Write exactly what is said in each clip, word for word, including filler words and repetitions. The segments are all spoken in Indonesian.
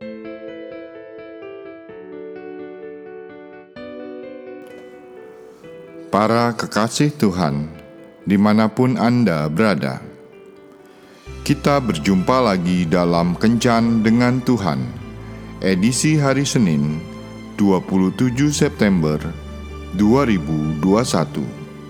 Para kekasih Tuhan, dimanapun Anda berada, kita berjumpa lagi dalam Kencan dengan Tuhan, edisi hari Senin, dua puluh tujuh September dua ribu dua puluh satu.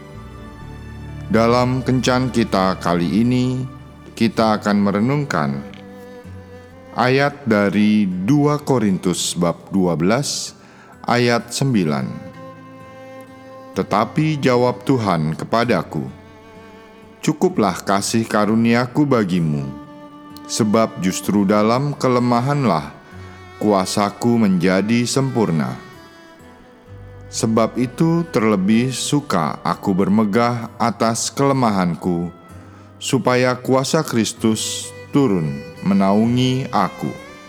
Dalam Kencan kita kali ini, kita akan merenungkan ayat dari dua Korintus bab dua belas ayat sembilan. Tetapi jawab Tuhan kepadaku, "Cukuplah kasih karuniaku bagimu, sebab justru dalam kelemahanlah kuasaku menjadi sempurna. Sebab itu terlebih suka aku bermegah atas kelemahanku, supaya kuasa Kristus turun menaungi aku."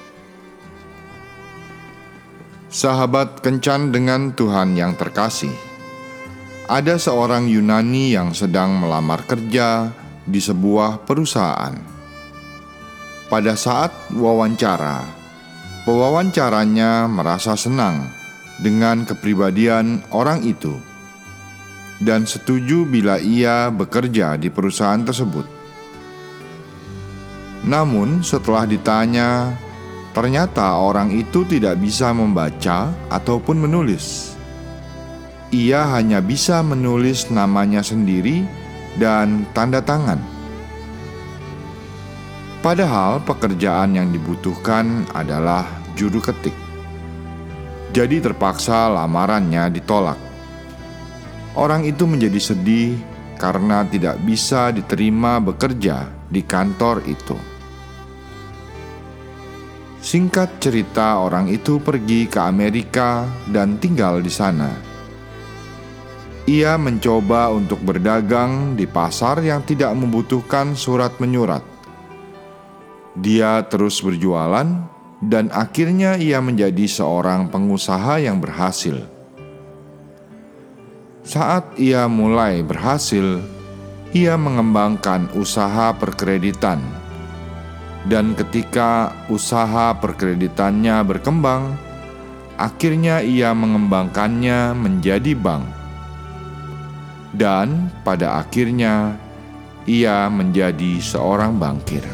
Sahabat Kencan dengan Tuhan yang terkasih, ada seorang Yunani yang sedang melamar kerja di sebuah perusahaan. Pada saat wawancara, pewawancaranya merasa senang dengan kepribadian orang itu dan setuju bila ia bekerja di perusahaan tersebut. Namun setelah ditanya, ternyata orang itu tidak bisa membaca ataupun menulis. Ia hanya bisa menulis namanya sendiri dan tanda tangan. Padahal pekerjaan yang dibutuhkan adalah juru ketik. Jadi terpaksa lamarannya ditolak. Orang itu menjadi sedih karena tidak bisa diterima bekerja di kantor itu. Singkat cerita, orang itu pergi ke Amerika dan tinggal di sana. Ia mencoba untuk berdagang di pasar yang tidak membutuhkan surat menyurat. Dia terus berjualan dan akhirnya ia menjadi seorang pengusaha yang berhasil. Saat ia mulai berhasil, ia mengembangkan usaha perkreditan. Dan ketika usaha perkreditannya berkembang, akhirnya ia mengembangkannya menjadi bank. Dan pada akhirnya ia menjadi seorang bankir.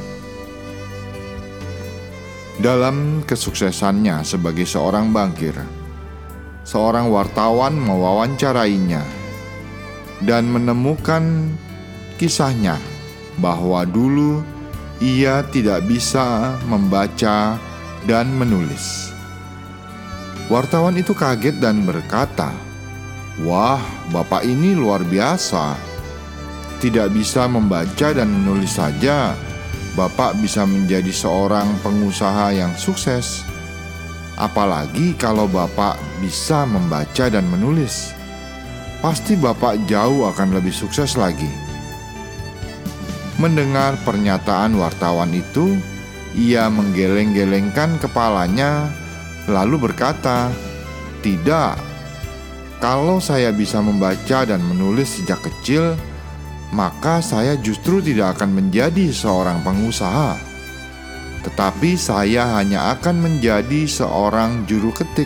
Dalam kesuksesannya sebagai seorang bankir, seorang wartawan mewawancarainya dan menemukan kisahnya bahwa dulu ia tidak bisa membaca dan menulis. Wartawan itu kaget dan berkata, "Wah, Bapak ini luar biasa. Tidak bisa membaca dan menulis saja, Bapak bisa menjadi seorang pengusaha yang sukses. Apalagi kalau Bapak bisa membaca dan menulis. Pasti Bapak jauh akan lebih sukses lagi." Mendengar pernyataan wartawan itu, ia menggeleng-gelengkan kepalanya lalu berkata, "Tidak. Kalau saya bisa membaca dan menulis sejak kecil, maka saya justru tidak akan menjadi seorang pengusaha. Tetapi saya hanya akan menjadi seorang juru ketik."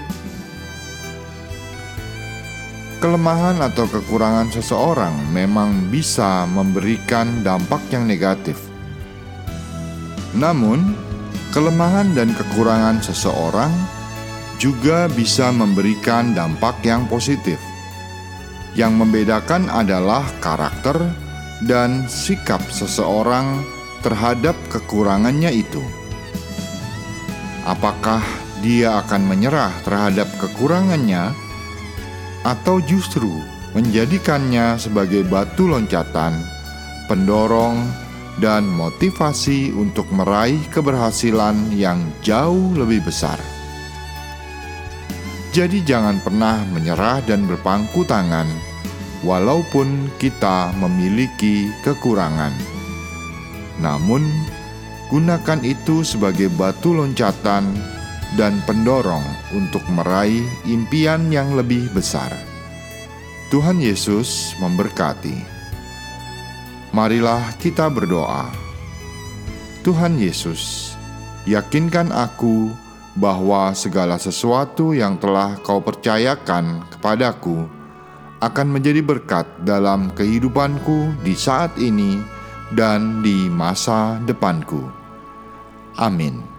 Kelemahan atau kekurangan seseorang memang bisa memberikan dampak yang negatif. Namun, kelemahan dan kekurangan seseorang juga bisa memberikan dampak yang positif. Yang membedakan adalah karakter dan sikap seseorang terhadap kekurangannya itu. Apakah dia akan menyerah terhadap kekurangannya, atau justru menjadikannya sebagai batu loncatan, pendorong, dan motivasi untuk meraih keberhasilan yang jauh lebih besar? Jadi jangan pernah menyerah dan berpangku tangan, walaupun kita memiliki kekurangan. Namun, gunakan itu sebagai batu loncatan dan pendorong untuk meraih impian yang lebih besar. Tuhan Yesus memberkati. Marilah kita berdoa. Tuhan Yesus, yakinkan aku bahwa segala sesuatu yang telah Kau percayakan kepadaku akan menjadi berkat dalam kehidupanku di saat ini dan di masa depanku. Amin.